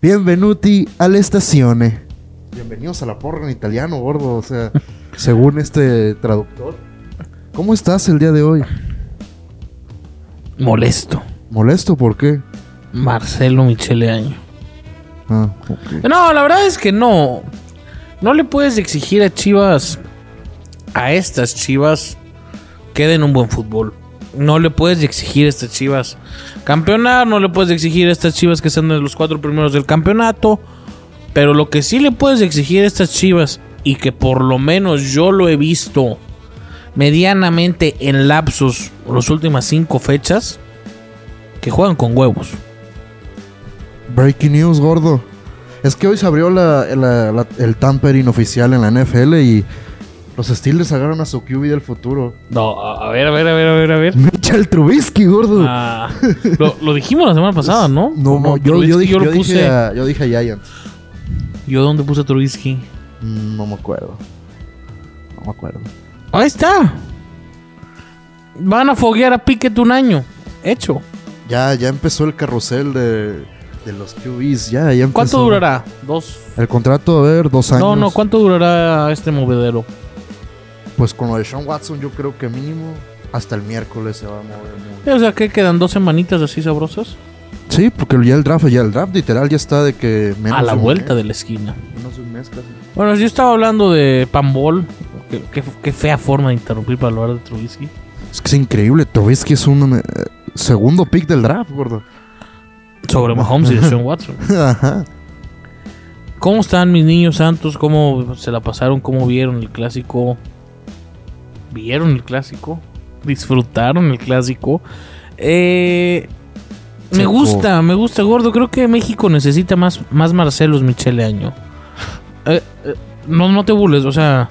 Benvenuti alle stazione. Bienvenidos a la porra en italiano, gordo. O sea, según este traductor. ¿Cómo estás el día de hoy? Molesto. ¿Molesto? ¿Por qué? Marcelo Michele Año. Okay. No, la verdad es que no. No le puedes exigir a Chivas, a estas Chivas, que den un buen fútbol. No le puedes exigir a estas Chivas campeonar. No le puedes exigir a estas Chivas que sean de los 4 primeros del campeonato. Pero lo que sí le puedes exigir a estas Chivas, y que por lo menos yo lo he visto medianamente en lapsos las últimas 5 fechas, que juegan con huevos. Breaking news, gordo. Es que hoy se abrió el tampering oficial en la NFL y los Steelers agarran a su QB del futuro. No, a ver. Mitchell Trubisky, gordo. Lo dijimos la semana pasada, ¿no? No, yo dije a Giants. ¿Yo dónde puse a Trubisky? No me acuerdo. Ahí está. Van a foguear a Pickett un año. Hecho. Ya empezó el carrusel de los QBs. Ya empezó. ¿Cuánto durará? 2. El contrato, a ver, 2 años. No, ¿cuánto durará este movedero? Pues con lo de Sean Watson yo creo que mínimo hasta el miércoles se va a mover mucho. O sea, ¿qué quedan? 2 semanitas así sabrosas. Sí, porque ya el draft literal ya está de que menos a la vuelta de la esquina. Menos de un mes casi. Bueno, yo estaba hablando de Pambol. Qué fea forma de interrumpir para hablar de Trubisky. Es que es increíble. Trubisky es un segundo pick del draft, gordo. Sobre Mahomes y de Sean Watson. Ajá. ¿Cómo están mis niños santos? ¿Cómo se la pasaron? ¿Cómo vieron el clásico? ¿Vieron el clásico? ¿Disfrutaron el clásico? Me gusta, gordo. Creo que México necesita más Marcelos Michele Año. No te burles, o sea...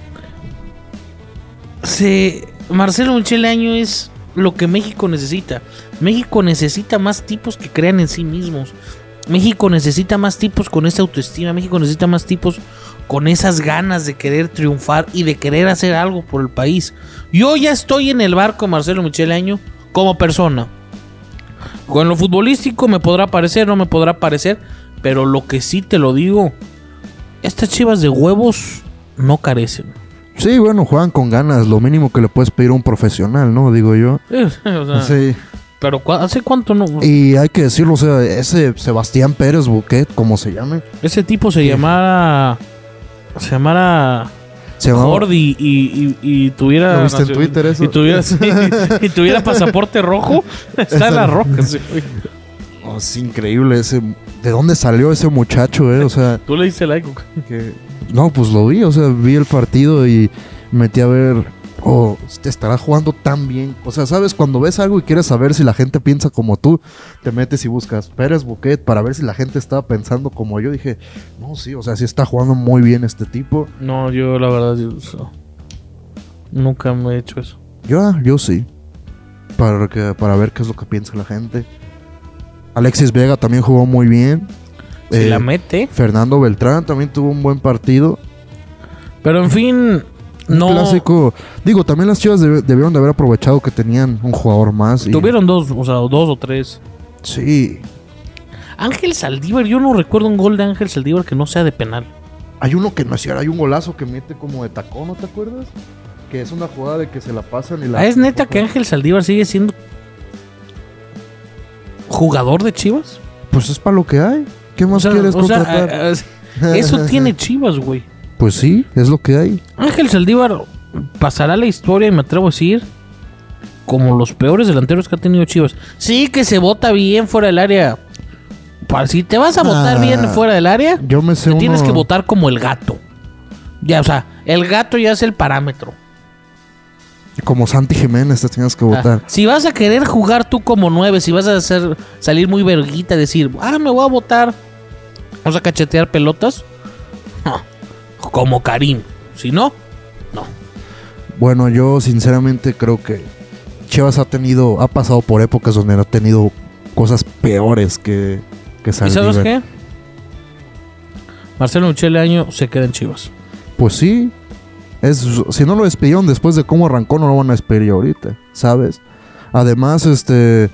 Marcelo Michele Año es lo que México necesita. México necesita más tipos que crean en sí mismos. México necesita más tipos con esa autoestima. México necesita más tipos con esas ganas de querer triunfar y de querer hacer algo por el país. Yo ya estoy en el barco de Marcelo Michele Año como persona. Con lo futbolístico me podrá parecer, no me podrá parecer, pero lo que sí te lo digo, estas Chivas de huevos no carecen. Sí, bueno, juegan con ganas. Lo mínimo que le puedes pedir a un profesional, ¿no? Digo yo. O sea, sí. Pero ¿hace cuánto no? Y hay que decirlo, o sea, ese Sebastián Pérez Buquet, como se llame. Ese tipo se llamara Jordi y tuviera... ¿Lo viste en Twitter eso? Y tuviera pasaporte rojo. Está en la roca. Sí. Oh, es increíble ese... ¿De dónde salió ese muchacho, O sea... ¿Tú le diste like? No, pues lo vi, o sea, vi el partido y me metí a ver... Oh, te estará jugando tan bien. O sea, ¿sabes? Cuando ves algo y quieres saber si la gente piensa como tú, te metes y buscas Pérez Buquet para ver si la gente estaba pensando como yo. Dije, no, sí, o sea, sí está jugando muy bien este tipo. No, yo la verdad, nunca me he hecho eso. Yo sí. Para ver qué es lo que piensa la gente. Alexis Vega también jugó muy bien. Si la mete. Fernando Beltrán también tuvo un buen partido. Pero en fin... No. Clásico. Digo, también las Chivas debieron de haber aprovechado que tenían un jugador más. Tuvieron 2, o sea, 2 o 3. Sí. Ángel Saldívar, yo no recuerdo un gol de Ángel Saldívar que no sea de penal. Hay uno que no es cierto, hay un golazo que mete como de tacón, ¿no te acuerdas? Que es una jugada de que se la pasan y la... ¿Es neta que Ángel Saldívar sigue siendo jugador de Chivas? Pues es para lo que hay. ¿Qué más quieres contratar? Eso tiene Chivas, güey. Pues sí, es lo que hay. Ángel Saldívar pasará la historia, y me atrevo a decir, como los peores delanteros que ha tenido Chivas. Sí que se vota bien fuera del área. Si te vas a votar bien fuera del área, yo me sé tienes que votar como el Gato. Ya, o sea, el Gato ya es el parámetro. Como Santi Jiménez te tienes que votar. Si vas a querer jugar tú como 9, si vas a salir muy verguita, decir, me voy a votar, vamos a cachetear pelotas, como Karim. Si no, no. Bueno, yo sinceramente creo que Chivas ha pasado por épocas donde ha tenido cosas peores que Saldívar. ¿Y sabes qué? Marcelo Michele Año se queda en Chivas. Pues sí. Si no lo despidieron después de cómo arrancó, no lo van a despedir ahorita, ¿sabes? Además,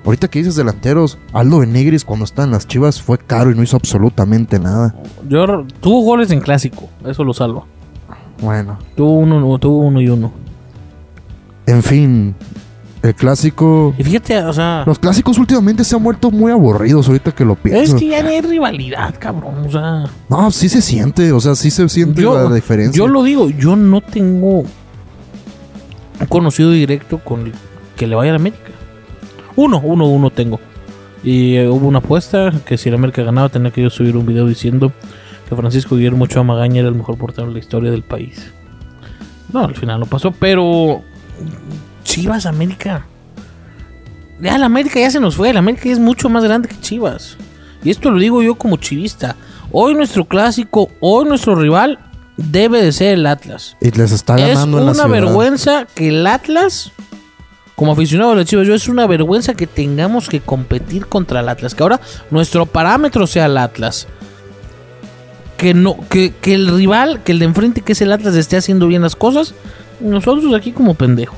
Ahorita que dices delanteros, Aldo Benigris cuando estaba en las Chivas fue caro y no hizo absolutamente nada. Tuvo goles en clásico, eso lo salva. Bueno. Tuvo uno y uno. En fin, el clásico... Y fíjate, o sea... Los clásicos últimamente se han vuelto muy aburridos ahorita que lo pienso. Es que ya no hay rivalidad, cabrón, o sea... No, sí se siente, o sea, sí se siente la diferencia. Yo lo digo, yo no tengo un conocido directo con que le vaya a la América. Uno tengo. Y hubo una apuesta que si la América ganaba tenía que yo subir un video diciendo que Francisco Guillermo Ochoa Magaña era el mejor portero de la historia del país. No, al final no pasó, pero Chivas, América. Ya la América ya se nos fue, la América ya es mucho más grande que Chivas. Y esto lo digo yo como chivista. Hoy nuestro clásico, hoy nuestro rival debe de ser el Atlas. Y les está ganando en la ciudad. Es una vergüenza que el Atlas, como aficionado a las Chivas, es una vergüenza que tengamos que competir contra el Atlas. Que ahora nuestro parámetro sea el Atlas. Que el rival, que el de enfrente, que es el Atlas, esté haciendo bien las cosas. Nosotros aquí como pendejos.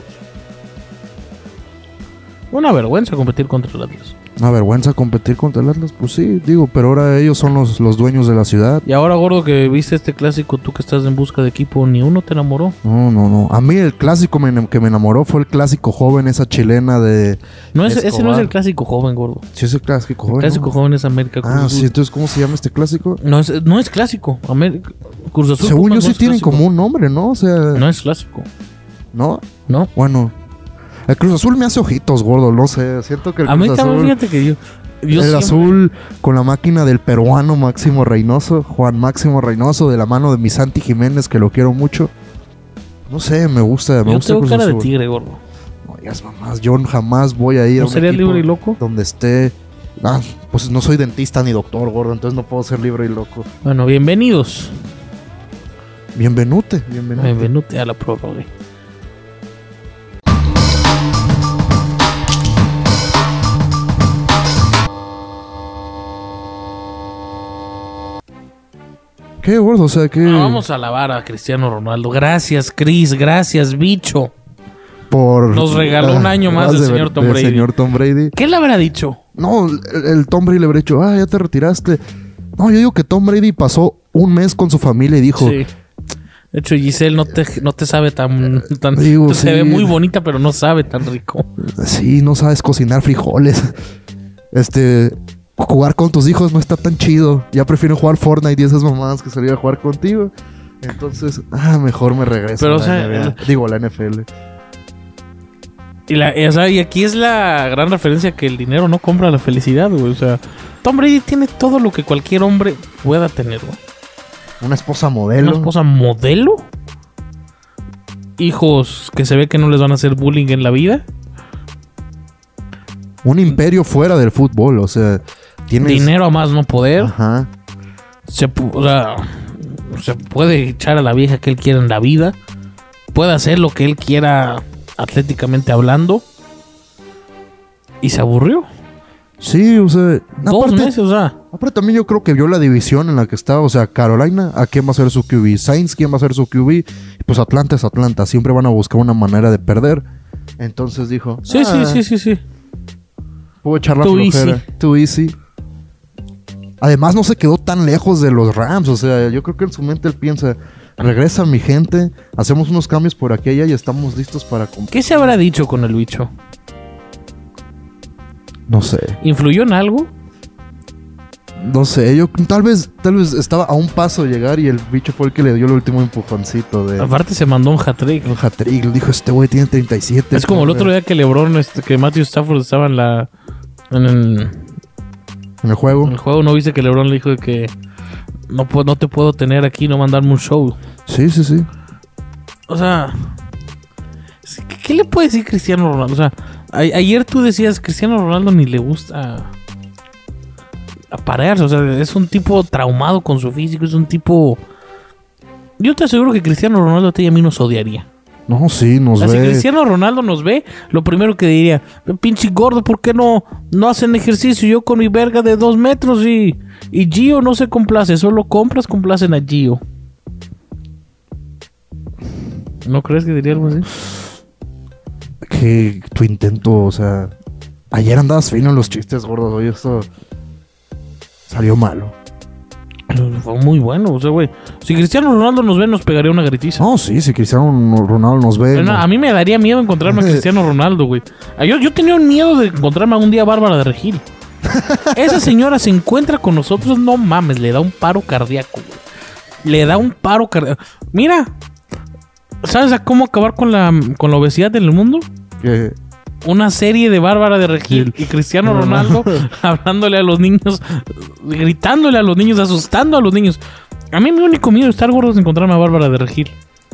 Una vergüenza competir contra el Atlas. Una vergüenza competir contra el Atlas, pues sí, digo, pero ahora ellos son los dueños de la ciudad. Y ahora, gordo, que viste este clásico, tú que estás en busca de equipo, ¿ni uno te enamoró? No. A mí el clásico que me enamoró fue el clásico joven, esa chilena de... No, ese no es el clásico joven, gordo. Sí, es el clásico joven. El clásico joven es América Cruz Azul. Sí, entonces, ¿cómo se llama este clásico? No es clásico. Cruz Azul. Según yo no sí es tienen clásico. como un nombre, ¿no? O sea... No es clásico. ¿No? No. Bueno... El Cruz Azul me hace ojitos, gordo, no sé. Siento que el A mí Cruz también, Azul... fíjate que yo el siempre... azul con la máquina del peruano Máximo Reynoso, Juan Máximo Reynoso, de la mano de mi Santi Jiménez, que lo quiero mucho. No sé, me gusta Yo el tengo Cruz cara de Azul. tigre, gordo. No digas mamás, yo jamás voy a ir a ¿No un serías equipo libre y loco? donde esté... pues no soy dentista ni doctor, gordo, entonces no puedo ser libre y loco. Bueno, bienvenidos. Bienvenute. Bienvenute a la prórroga. ¿Qué, gordo? O sea, que... Vamos a alabar a Cristiano Ronaldo. Gracias, Chris. Gracias, bicho. Nos regaló un año más del señor Tom Brady. Señor Tom Brady. ¿Qué le habrá dicho? No, el Tom Brady le habrá dicho, ya te retiraste. No, yo digo que Tom Brady pasó un mes con su familia y dijo... Sí. De hecho, Giselle no te sabe tan digo, se ve muy bonita, pero no sabe tan rico. Sí, no sabes cocinar frijoles. Jugar con tus hijos no está tan chido. Ya prefiero jugar Fortnite y esas mamadas que salir a jugar contigo. Entonces, mejor me regreso pero, a la NBA. Digo, a la NFL. Y aquí es la gran referencia que el dinero no compra la felicidad, güey. O sea, Tom Brady tiene todo lo que cualquier hombre pueda tener, güey. Una esposa modelo. ¿Una esposa modelo? Hijos que se ve que no les van a hacer bullying en la vida. Un imperio fuera del fútbol, o sea... Tienes... Dinero a más no poder. Ajá. Se puede echar a la vieja que él quiera en la vida. Puede hacer lo que él quiera atléticamente hablando. Y se aburrió. Sí, o sea... 2 meses, o sea... Aparte también yo creo que vio la división en la que estaba. O sea, Carolina, ¿a quién va a ser su QB? Saints, ¿quién va a ser su QB? Y pues Atlanta es Atlanta. Siempre van a buscar una manera de perder. Entonces dijo... Sí. Puedo echar la Too flojera. easy. Too easy. Además no se quedó tan lejos de los Rams. O sea, yo creo que en su mente él piensa... Regresa mi gente. Hacemos unos cambios por aquí y allá y estamos listos para... ¿Qué se habrá dicho con el bicho? No sé. ¿Influyó en algo? No sé, yo tal vez estaba a un paso de llegar y el bicho fue el que le dio el último empujoncito de... Aparte se mandó un hat-trick. Un hat-trick, le dijo, este güey tiene 37. Es como el otro día que LeBron, que Matthew Stafford estaba en el juego. En el juego, ¿no viste que LeBron le dijo que no te puedo tener aquí, no mandarme un show? Sí. O sea, ¿qué le puede decir Cristiano Ronaldo? O sea, ayer tú decías, Cristiano Ronaldo ni le gusta aparearse. O sea, es un tipo traumado con su físico, es un tipo... Yo te aseguro que Cristiano Ronaldo a ti y a mí nos odiaría. No, sí, nos ve. Si Cristiano Ronaldo nos ve, lo primero que diría, pinche gordo, ¿por qué no hacen ejercicio? Yo con mi verga de 2 metros y Gio no se complace, solo complacen a Gio. ¿No crees que diría algo así? Que tu intento, o sea, Ayer andabas fino en los chistes, gordo. Hoy esto salió malo. Fue muy bueno, o sea, güey. Si Cristiano Ronaldo nos ve, nos pegaría una gritiza. No, sí, si Cristiano Ronaldo nos ve. No, a mí me daría miedo encontrarme a Cristiano Ronaldo, güey. Yo tenía un miedo de encontrarme un día a Bárbara de Regil. Esa señora se encuentra con nosotros, no mames, le da un paro cardíaco, güey. Le da un paro cardíaco. Mira, ¿sabes a cómo acabar con la obesidad en el mundo? ¿Qué? Una serie de Bárbara de Regil y Cristiano Ronaldo hablándole a los niños, gritándole a los niños, asustando a los niños. A mí mi único miedo de estar gordo es encontrarme a Bárbara de Regil.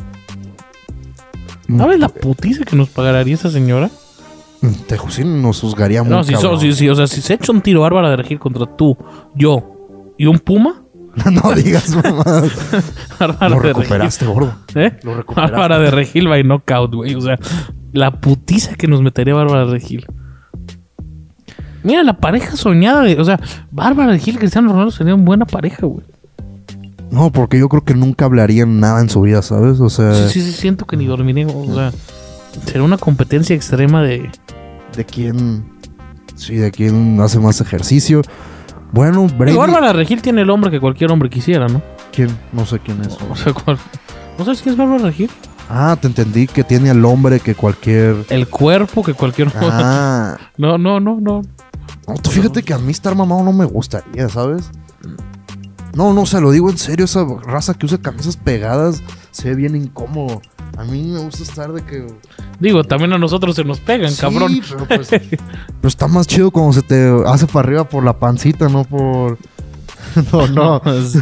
¿Sabes la putiza que nos pagaría esa señora? Tejusín nos juzgaría muy cabrón. Sí, o sea, si se echa un tiro Bárbara de Regil contra tú, yo y un puma... No digas, mamá. Lo recuperaste, gordo. Lo recuperaste. Bárbara de Regil by knockout, güey. O sea, la putiza que nos metería Bárbara de Regil. Mira, la pareja soñada de... O sea, Bárbara de Regil y Cristiano Ronaldo serían buena pareja, güey. No, porque yo creo que nunca hablarían nada en su vida, ¿sabes? O sea... Sí, siento que ni dormirían. O sea, sería una competencia extrema de... ¿De quién? Sí, de quién hace más ejercicio. Bueno, Brady... Bárbara Regil tiene el hombre que cualquier hombre quisiera, ¿no? ¿Quién? No sé quién es. O sea, ¿no sabes quién es Bárbara Regil? Ah, te entendí que tiene el hombre que cualquier... El cuerpo que cualquier hombre... Ah. No. No, tú fíjate que a mí estar mamado no me gustaría, ¿sabes? No, o sea, lo digo en serio, esa raza que usa camisas pegadas se ve bien incómodo. A mí me gusta estar de que... Digo, también a nosotros se nos pegan, sí, cabrón. Pero pues... pero está más chido cuando se te hace para arriba por la pancita, no por... No.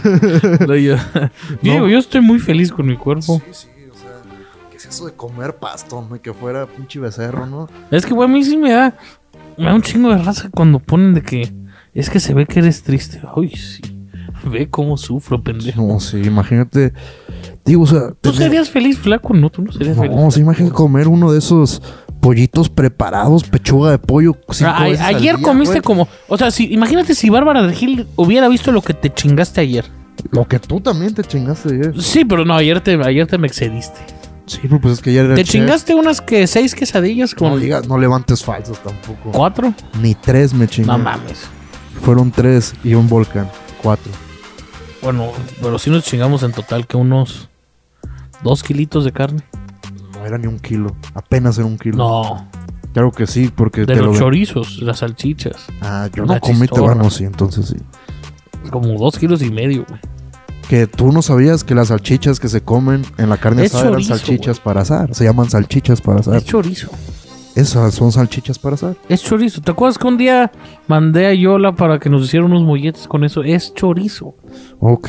Digo, yo estoy muy feliz con mi cuerpo. Sí, o sea... ¿Qué es eso de comer pasto, no? Y que fuera pinche becerro, ¿no? Es que, güey, a mí sí me da un chingo de raza cuando ponen de que... Es que se ve que eres triste. Ay, sí. Ve cómo sufro, pendejo. No, sí, imagínate... Digo, o sea... ¿Tú serías feliz, flaco? No, tú no serías feliz. No, sí, imagínate comer uno de esos pollitos preparados, pechuga de pollo. Ayer comiste como... O sea, imagínate si Bárbara de Regil hubiera visto lo que te chingaste ayer. Lo que tú también te chingaste ayer. Sí, pero no, ayer te me excediste. Sí, pero pues es que ayer... Te chingaste unas 6 quesadillas con... No levantes falsos tampoco. 4. Ni 3 me chingué. No mames. Fueron 3 y un volcán. 4. Bueno, pero sí nos chingamos en total que unos 2 kilitos de carne. No era ni 1 kilo. Apenas era 1 kilo. No. Claro que sí, porque... De los chorizos, las salchichas. Ah, yo no comí tebano, sí, entonces sí. Como 2 kilos y medio, güey. Que tú no sabías que las salchichas que se comen en la carne asada eran salchichas para asar. Se llaman salchichas para asar. Es chorizo. Esas son salchichas para asar. Es chorizo. ¿Te acuerdas que un día mandé a Yola para que nos hiciera unos molletes con eso? Es chorizo. Ok.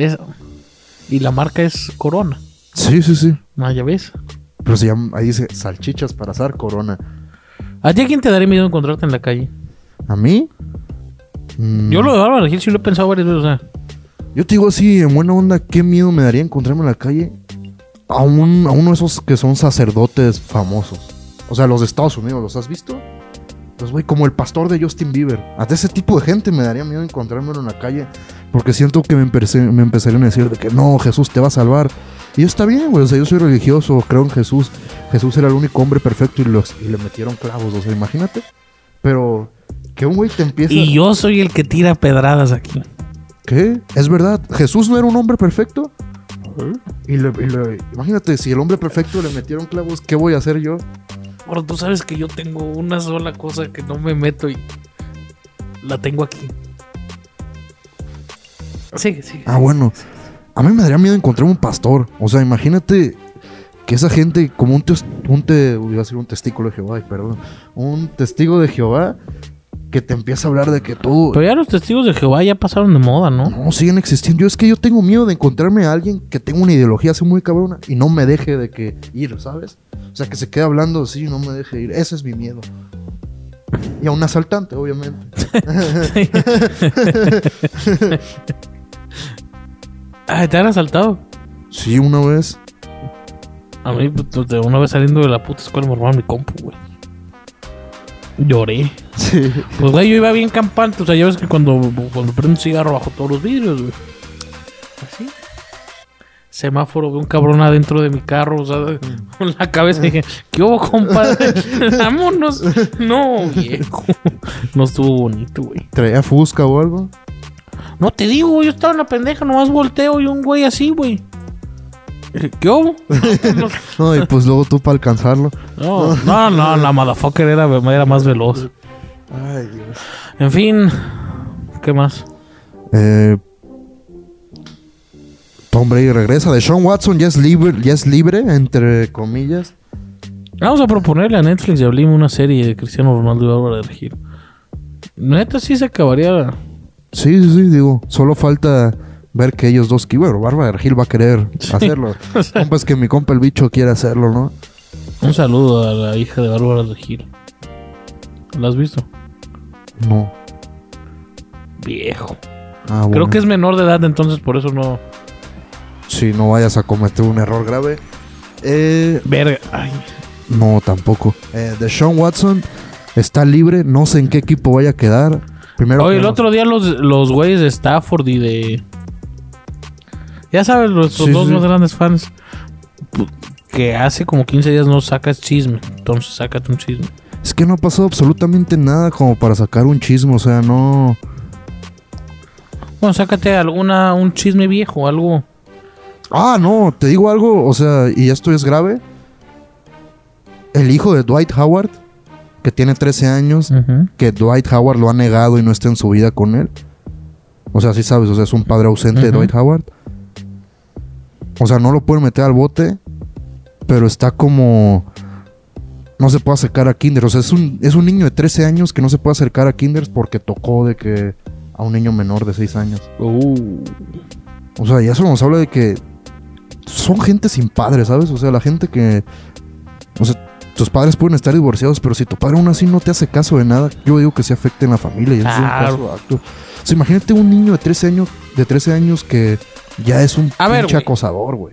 Y la marca es Corona. Sí. Ah, ya ves. Pero se llama, ahí dice salchichas para asar Corona. ¿A ti a quién te daría miedo encontrarte en la calle? ¿A mí? Yo lo de Bárbara Regil sí lo he pensado varias veces, o sea. Yo te digo así, en buena onda, ¿qué miedo me daría encontrarme en la calle? A uno de esos que son sacerdotes famosos. O sea, los de Estados Unidos, ¿los has visto? Pues, güey, como el pastor de Justin Bieber. A ese tipo de gente me daría miedo encontrármelo en la calle. Porque siento que me empezarían a decir de que no, Jesús te va a salvar. Y está bien, güey. O sea, yo soy religioso, creo en Jesús. Jesús era el único hombre perfecto y le metieron clavos. O sea, imagínate. Pero que un güey te empieza... Y yo soy el que tira pedradas aquí. ¿Qué? Es verdad. ¿Jesús no era un hombre perfecto? Imagínate, si el hombre perfecto le metieron clavos, ¿qué voy a hacer yo? Bueno, tú sabes que yo tengo una sola cosa que no me meto y la tengo aquí. Sigue. Ah, bueno. A mí me daría miedo encontrar un pastor. O sea, imagínate que esa gente, como iba a decir un testículo de Jehová, perdón. Un testigo de Jehová que te empieza a hablar de que todo... Pero ya los testigos de Jehová ya pasaron de moda, ¿no? No, siguen existiendo. Yo tengo miedo de encontrarme a alguien que tenga una ideología así muy cabrona y no me deje de que ir, ¿sabes? O sea, que se quede hablando así y no me deje ir. Ese es mi miedo. Y a un asaltante, obviamente. ¿Te han asaltado? Sí, una vez. A mí, una vez saliendo de la puta escuela me robaron mi compu, güey. Lloré. Sí. Pues, güey, yo iba bien campante. O sea, ya ves que cuando prendo un cigarro bajo todos los vidrios, güey. Así. semáforo, veo un cabrón adentro de mi carro, o sea, con la cabeza dije, ¿qué hubo, compadre? Vámonos. No, viejo. No estuvo bonito, güey. ¿Traía fusca o algo? No te digo, yo estaba en la pendeja, nomás volteo y un güey así, güey. ¿Qué hubo? No, y pues luego tú para alcanzarlo. No, la motherfucker era más veloz. Ay, Dios. En fin, ¿qué más? Tom Brady regresa. Deshaun Watson ya es libre, entre comillas. Vamos a proponerle a Netflix y hablemos una serie de Cristiano Ronaldo y Bárbara de Regil. Neta sí se acabaría. Sí, digo, solo falta ver que ellos dos, que bueno, Bárbara de Regil va a querer hacerlo. Compa, es que mi compa el bicho quiere hacerlo, ¿no? Un saludo a la hija de Bárbara de Regil. ¿La has visto? No. Viejo. Ah, bueno. Creo que es menor de edad, entonces por eso no. Sí, no vayas a cometer un error grave. Verga. Ay. No, tampoco. Deshaun Watson está libre, no sé en qué equipo vaya a quedar. Primero. Oye, el otro día los güeyes de Stafford y de. Ya sabes, nuestros dos más grandes fans. Que hace como 15 días no sacas chisme. Entonces sácate un chisme. Es que no ha pasado absolutamente nada como para sacar un chisme, o sea, no. Bueno, sácate un chisme viejo, algo. Ah, no, te digo algo, o sea, y esto es grave. El hijo de Dwight Howard, que tiene 13 años, que Dwight Howard lo ha negado y no está en su vida con él. O sea, sí sabes, o sea, es un padre ausente de Dwight Howard. O sea, no lo pueden meter al bote, pero está como... No se puede acercar a kinder. O sea, es un niño de 13 años que no se puede acercar a kinders porque tocó de que a un niño menor de 6 años. O sea, y eso nos habla de que son gente sin padre, ¿sabes? O sea, la gente que... O sea, tus padres pueden estar divorciados, pero si tu padre aún así no te hace caso de nada, yo digo que sí afecta en la familia. Y eso es un caso acto. O sea, imagínate un niño de 13 años que ya es un pinche acosador, güey.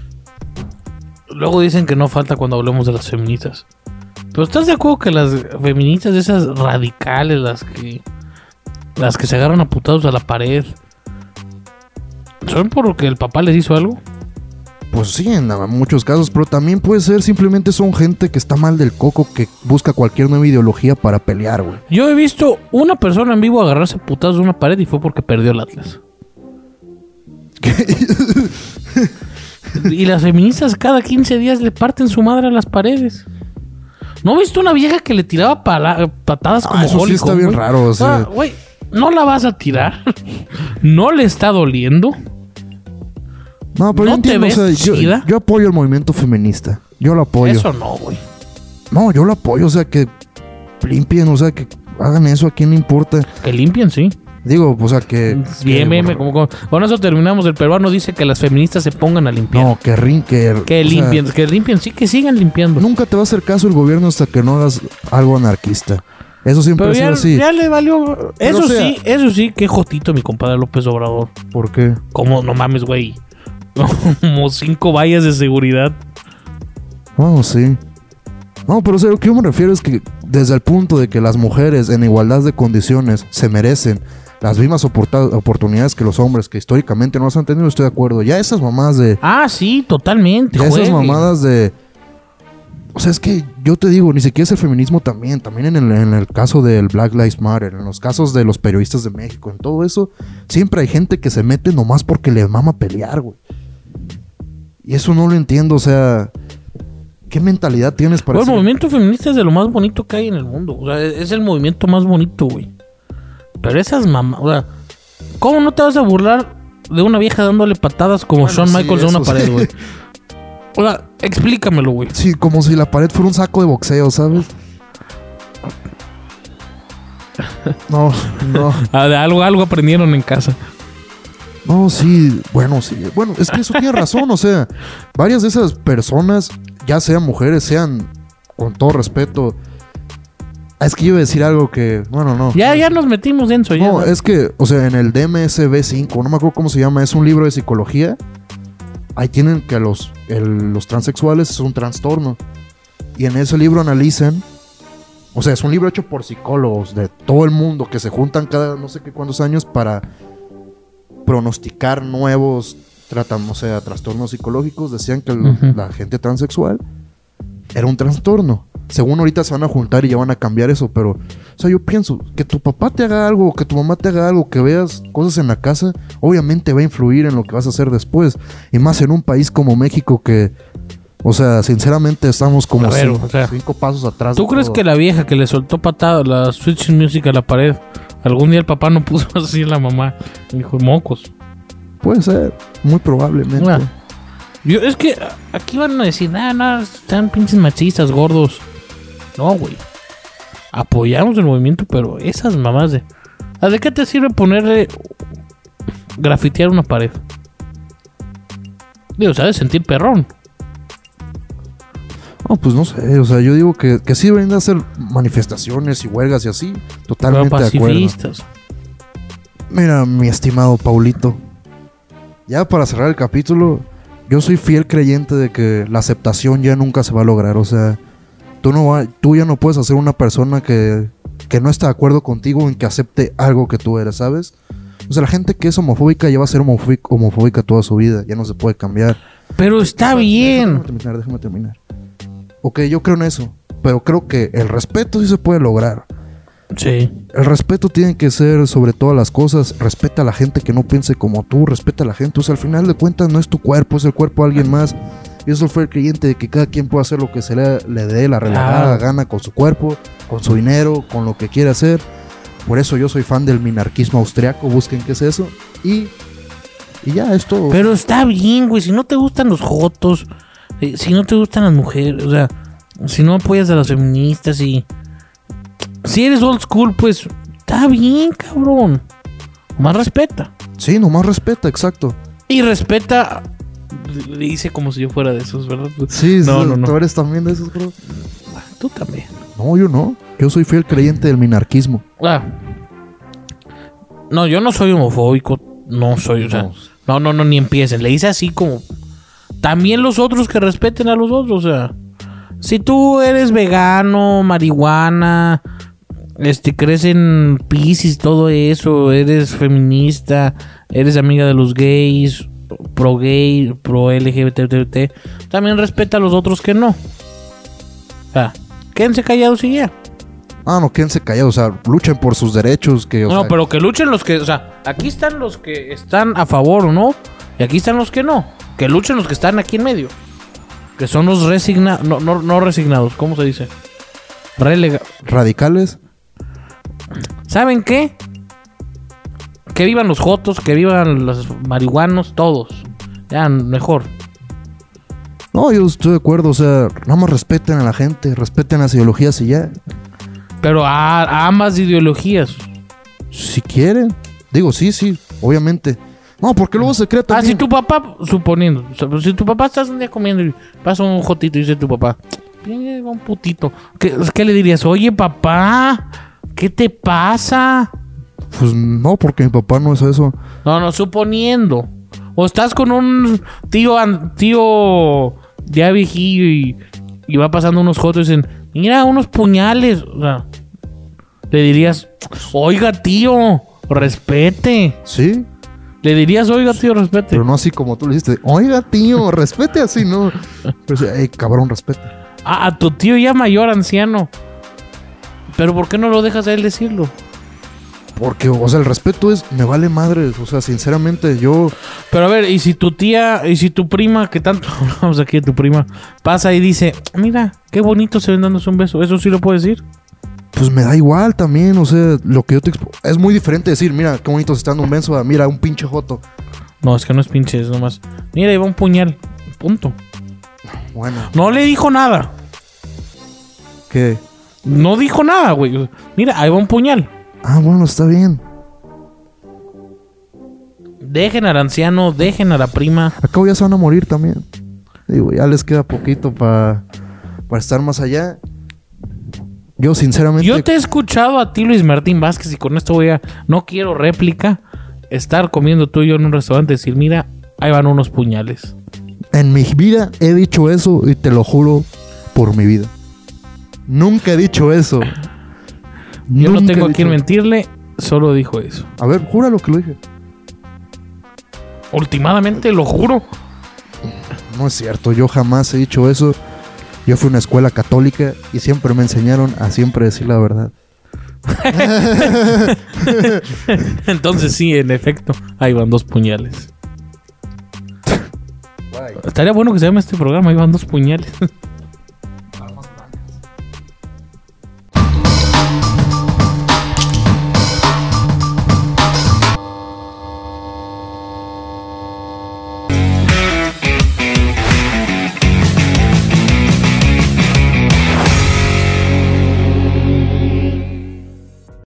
Luego dicen que no falta cuando hablemos de las feministas. Pero ¿estás de acuerdo que las feministas, esas radicales, las que se agarran a putados a la pared, son porque el papá les hizo algo? Pues sí, en muchos casos, pero también puede ser simplemente son gente que está mal del coco, que busca cualquier nueva ideología para pelear, güey. Yo he visto una persona en vivo agarrarse a putazos de una pared y fue porque perdió el Atlas. Y las feministas cada 15 días le parten su madre a las paredes. ¿No he visto una vieja que le tiraba patadas como eso sí está bien raro, o sea. Güey, no la vas a tirar. No le está doliendo. No, pero ¿No yo entiendo, te ves chida? yo apoyo el movimiento feminista. Yo lo apoyo. Eso no, güey. No, yo lo apoyo, o sea, que limpien, o sea, que hagan eso, ¿a quién le importa? Que limpien, sí. Digo, o sea, que... Bien, con eso terminamos. El peruano dice que las feministas se pongan a limpiar. No, que limpien, que limpien, sí, que sigan limpiando. Nunca te va a hacer caso el gobierno hasta que no hagas algo anarquista. Eso siempre ha sido así. Ya le valió... Eso sí, qué jotito mi compadre López Obrador. ¿Por qué? ¿Cómo? No mames, güey. Como 5 vallas de seguridad. No, sí. No, pero o sea, lo que yo me refiero es que desde el punto de que las mujeres en igualdad de condiciones se merecen las mismas oportunidades que los hombres, que históricamente no las han tenido, estoy de acuerdo. Ya esas mamadas de... Ah, sí, totalmente. Ya esas mamadas de... O sea, es que yo te digo, ni siquiera es el feminismo también en el caso del Black Lives Matter, en los casos de los periodistas de México, en todo eso, siempre hay gente que se mete nomás porque le mama pelear, güey. Y eso no lo entiendo, o sea, ¿qué mentalidad tienes para eso? El movimiento feminista es de lo más bonito que hay en el mundo, o sea, es el movimiento más bonito, güey. Pero esas mamás, o sea, ¿cómo no te vas a burlar de una vieja dándole patadas como Shawn Michaels a una pared, güey? O sea, explícamelo, güey. Sí, como si la pared fuera un saco de boxeo, ¿sabes? No. Algo aprendieron en casa. No, sí. Bueno, es que eso tiene razón, o sea, varias de esas personas, ya sean mujeres, sean, con todo respeto... Es que yo iba a decir algo que... Bueno, no. Ya nos metimos en eso. No, es que, o sea, en el DMSB5, no me acuerdo cómo se llama, es un libro de psicología. Ahí tienen que los transexuales es un trastorno. Y en ese libro analizan... O sea, es un libro hecho por psicólogos de todo el mundo que se juntan cada no sé qué cuántos años para pronosticar nuevos o sea, trastornos psicológicos, decían que Ujú. la gente transexual era un trastorno. Según ahorita se van a juntar y ya van a cambiar eso, pero, o sea, yo pienso que tu papá te haga algo, que tu mamá te haga algo, que veas cosas en la casa, obviamente va a influir en lo que vas a hacer después. Y más en un país como México que, o sea, sinceramente estamos como A ver, o sea, 5 pasos atrás. ¿Tú de crees todo. que la vieja que le soltó patada la Switch Music a la pared, algún día el papá no puso así a la mamá? Y dijo, mocos. Puede ser, muy probablemente. Ah. Es que aquí van a decir, nada, están pinches machistas, gordos. No, güey. Apoyamos el movimiento, pero esas mamás de... ¿De qué te sirve ponerle... grafitear una pared? Digo, ¿sabes? Sentir perrón. No, pues no sé, o sea, yo digo que sí deberían de hacer manifestaciones y huelgas y así, Pero totalmente de acuerdo. pacifistas. Mira, mi estimado Paulito, ya para cerrar el capítulo, yo soy fiel creyente de que la aceptación ya nunca se va a lograr, o sea, tú ya no puedes hacer una persona que no está de acuerdo contigo en que acepte algo que tú eres, ¿sabes? O sea, la gente que es homofóbica ya va a ser homofóbica toda su vida, ya no se puede cambiar. Pero está bien. Déjame terminar. Ok, yo creo en eso, pero creo que el respeto sí se puede lograr. Sí. El respeto tiene que ser sobre todas las cosas. Respeta a la gente que no piense como tú, respeta a la gente. O sea, al final de cuentas no es tu cuerpo, es el cuerpo de alguien más. Y eso fue el creyente de que cada quien puede hacer lo que se le dé la regalada gana con su cuerpo, con su dinero, con lo que quiera hacer. Por eso yo soy fan del minarquismo austriaco, busquen qué es eso. Y ya, es todo. Pero está bien, güey. Si no te gustan los jotos, si no te gustan las mujeres, o sea, si no apoyas a las feministas y... Si eres old school, pues está bien, cabrón. Más respeta. Sí, nomás respeta, exacto. Y respeta... Le hice como si yo fuera de esos, ¿verdad? Sí, No, sí, no, no. ¿tú eres también de esos, bro? Tú también. No, yo no. Yo soy fiel creyente del minarquismo. No, yo no soy homofóbico. No soy, o sea... No, ni empiecen. Le hice así como... También los otros que respeten a los otros, o sea... Si tú eres vegano, marihuana... crees en Piscis, todo eso, eres feminista, eres amiga de los gays, pro gay, pro LGBT, también respeta a los otros que no. O sea, quédense callados y ya. No, quédense callados, o sea, luchen por sus derechos. Pero que luchen los que, o sea, aquí están los que están a favor o no, y aquí están los que no. Que luchen los que están aquí en medio. Que son los resignados, no resignados, ¿cómo se dice? Radicales. ¿Saben qué? Que vivan los jotos, que vivan los marihuanos, todos. Ya, mejor. No, yo estoy de acuerdo, o sea, nada más respeten a la gente, respeten las ideologías y ya. Pero a ambas ideologías. Si quieren. Digo, sí, obviamente. No, porque luego se crea también... Si tu papá, suponiendo, o sea, si tu papá estás un día comiendo y pasa un jotito y dice tu papá, viene un putito. ¿Qué le dirías? Oye, papá, ¿qué te pasa? Pues no, porque mi papá no es eso. No, suponiendo. O estás con un tío ya viejillo y va pasando unos jotos y dicen, mira, unos puñales. O sea, le dirías, oiga, tío, respete. Sí. Le dirías, oiga, tío, respete. Pero no así como tú le dijiste, oiga, tío, respete así, ¿no? Pero cabrón, respete. A tu tío ya mayor, anciano. Pero ¿por qué no lo dejas a él decirlo? Porque, o sea, el respeto es, me vale madre. O sea, sinceramente, yo... Pero a ver, y si tu tía, y si tu prima, que tanto hablamos aquí de tu prima, pasa y dice, mira, qué bonito se ven dándose un beso, ¿eso sí lo puedes decir? Pues me da igual también, o sea, lo que yo te es muy diferente decir, mira, qué bonito se está dando un beso, a, mira, un pinche joto. No, es que no es pinche, es nomás, mira, ahí va un puñal, punto. Bueno. No le dijo nada. ¿Qué? No dijo nada, güey. Mira, ahí va un puñal. Bueno, está bien. Dejen al anciano, dejen a la prima. Acabo ya se van a morir también. Digo, ya les queda poquito para estar más allá. Yo sinceramente... Yo te he escuchado a ti, Luis Martín Vázquez, y con esto no quiero réplica, estar comiendo tú y yo en un restaurante y decir, mira, ahí van unos puñales. En mi vida he dicho eso y te lo juro por mi vida. Nunca he dicho eso. Yo no tengo a quien mentirle, solo dijo eso. A ver, júralo que lo dije. Últimamente, lo juro. No es cierto, yo jamás he dicho eso. Yo fui a una escuela católica y siempre me enseñaron a siempre decir la verdad. Entonces sí, en efecto, ahí van 2 puñales. Estaría bueno que se llame este programa, ahí van 2 puñales.